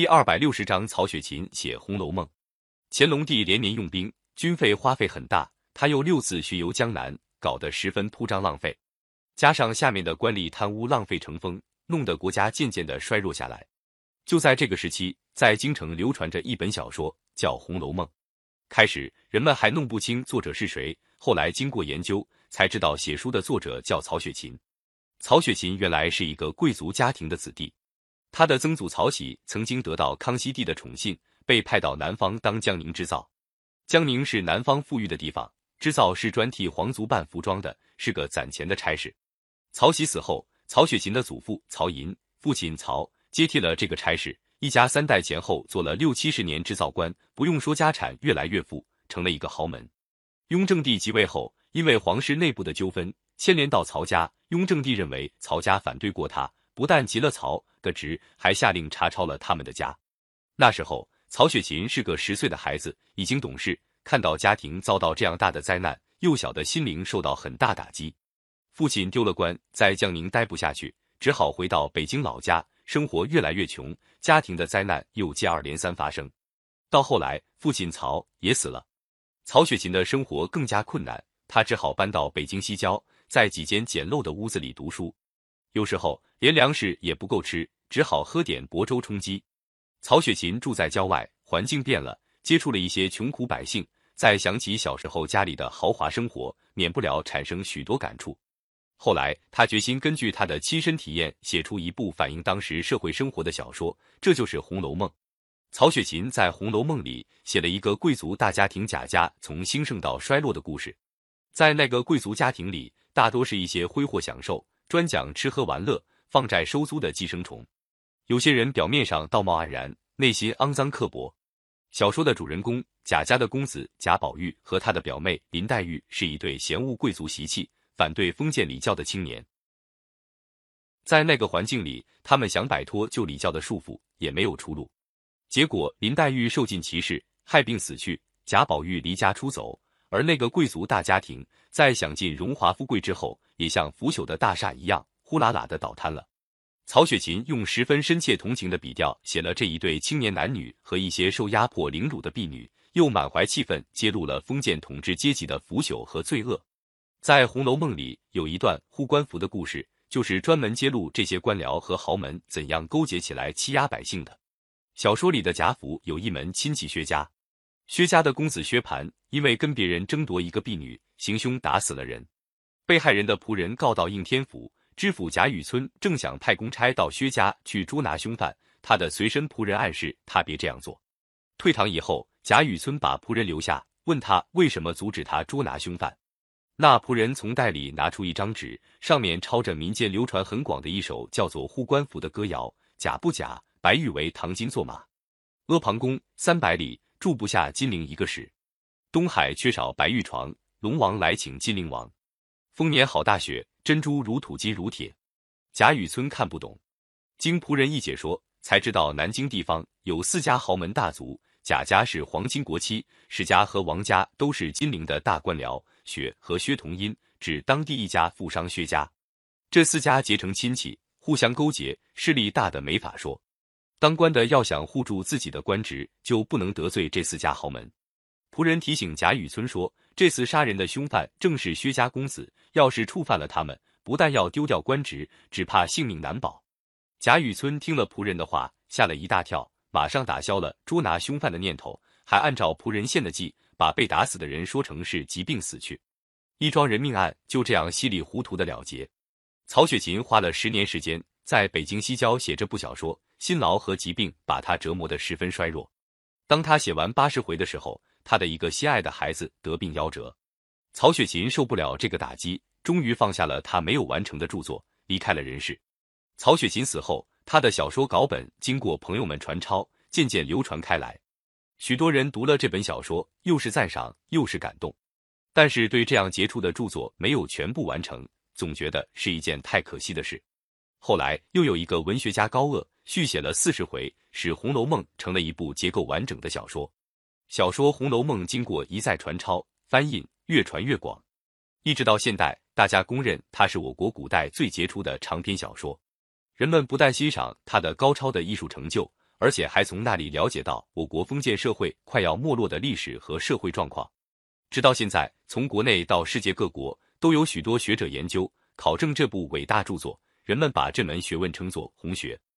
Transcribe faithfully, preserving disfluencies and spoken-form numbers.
第二百六十章，曹雪芹写《红楼梦》。乾隆帝连年用兵，军费花费很大，他又六次巡游江南，搞得十分铺张浪费。加上下面的官吏贪污浪费成风，弄得国家渐渐的衰弱下来。就在这个时期，在京城流传着一本小说，叫《红楼梦》。开始人们还弄不清作者是谁，后来经过研究，才知道写书的作者叫曹雪芹。曹雪芹原来是一个贵族家庭的子弟。他的曾祖曹玺曾经得到康熙帝的宠信，被派到南方当江宁织造。江宁是南方富裕的地方，织造是专替皇族办服装的，是个攒钱的差事。曹玺死后，曹雪芹的祖父曹寅、父亲曹接替了这个差事，一家三代前后做了六七十年织造官，不用说家产越来越富，成了一个豪门。雍正帝即位后，因为皇室内部的纠纷牵连到曹家，雍正帝认为曹家反对过他，不但急了曹的职，还下令查抄了他们的家。那时候曹雪芹是个十岁的孩子，已经懂事，看到家庭遭到这样大的灾难，幼小的心灵受到很大打击。父亲丢了官，在江宁待不下去，只好回到北京老家，生活越来越穷，家庭的灾难又接二连三发生。到后来父亲曹也死了，曹雪芹的生活更加困难，他只好搬到北京西郊，在几间简陋的屋子里读书。有时候连粮食也不够吃，只好喝点薄粥充饥。曹雪芹住在郊外，环境变了，接触了一些穷苦百姓，再想起小时候家里的豪华生活，免不了产生许多感触。后来他决心根据他的亲身体验写出一部反映当时社会生活的小说，这就是《红楼梦》。曹雪芹在《红楼梦》里写了一个贵族大家庭贾家从兴盛到衰落的故事。在那个贵族家庭里，大多是一些挥霍享受，专讲吃喝玩乐、放债收租的寄生虫。有些人表面上道貌岸然，内心肮脏刻薄。小说的主人公贾家的公子贾宝玉和他的表妹林黛玉是一对嫌恶贵族习气、反对封建礼教的青年。在那个环境里，他们想摆脱旧礼教的束缚，也没有出路。结果林黛玉受尽歧视，害病死去，贾宝玉离家出走，而那个贵族大家庭在享尽荣华富贵之后，也像腐朽的大厦一样呼啦啦地倒塌了。曹雪芹用十分深切同情的笔调写了这一对青年男女和一些受压迫凌辱的婢女，又满怀气愤揭露了封建统治阶级的腐朽和罪恶。在《红楼梦》里有一段护官符的故事，就是专门揭露这些官僚和豪门怎样勾结起来欺压百姓的。小说里的贾府有一门亲戚薛家，薛家的公子薛蟠因为跟别人争夺一个婢女，行凶打死了人。被害人的仆人告到应天府，知府贾雨村正想派公差到薛家去捉拿凶犯，他的随身仆人暗示他别这样做。退堂以后，贾雨村把仆人留下，问他为什么阻止他捉拿凶犯。那仆人从袋里拿出一张纸，上面抄着民间流传很广的一首叫做《护官符》的歌谣：假不假，白玉为唐金作马。阿房宫三百里，住不下金陵一个史。东海缺少白玉床，龙王来请金陵王。丰年好大雪，珍珠如土金如铁。贾雨村看不懂，经仆人一解说，才知道南京地方有四家豪门大族，贾家是皇亲国戚，史家和王家都是金陵的大官僚，薛和薛同音指当地一家富商薛家。这四家结成亲戚，互相勾结，势力大的没法说。当官的要想护住自己的官职，就不能得罪这四家豪门。仆人提醒贾雨村说，这次杀人的凶犯正是薛家公子，要是触犯了他们，不但要丢掉官职，只怕性命难保。贾雨村听了仆人的话，吓了一大跳，马上打消了捉拿凶犯的念头，还按照仆人献的计，把被打死的人说成是疾病死去。一桩人命案就这样稀里糊涂的了结。曹雪芹花了十年时间，在北京西郊写这部小说，辛劳和疾病把他折磨得十分衰弱。当他写完八十回的时候，他的一个心爱的孩子得病夭折。曹雪芹受不了这个打击，终于放下了他没有完成的著作，离开了人世。曹雪芹死后，他的小说稿本经过朋友们传抄，渐渐流传开来。许多人读了这本小说，又是赞赏又是感动，但是对这样杰出的著作没有全部完成，总觉得是一件太可惜的事。后来又有一个文学家高鹗续写了四十回，使《红楼梦》成了一部结构完整的小说。小说《红楼梦》经过一再传抄、翻印，越传越广，一直到现代，大家公认它是我国古代最杰出的长篇小说。人们不但欣赏它的高超的艺术成就， 而且还从那里了解到我国封建社会快要没落的历史和社会状况。直到现在，从国内到世界各国，都有许多学者研究、考证这部伟大著作，人们把这门学问称作红学。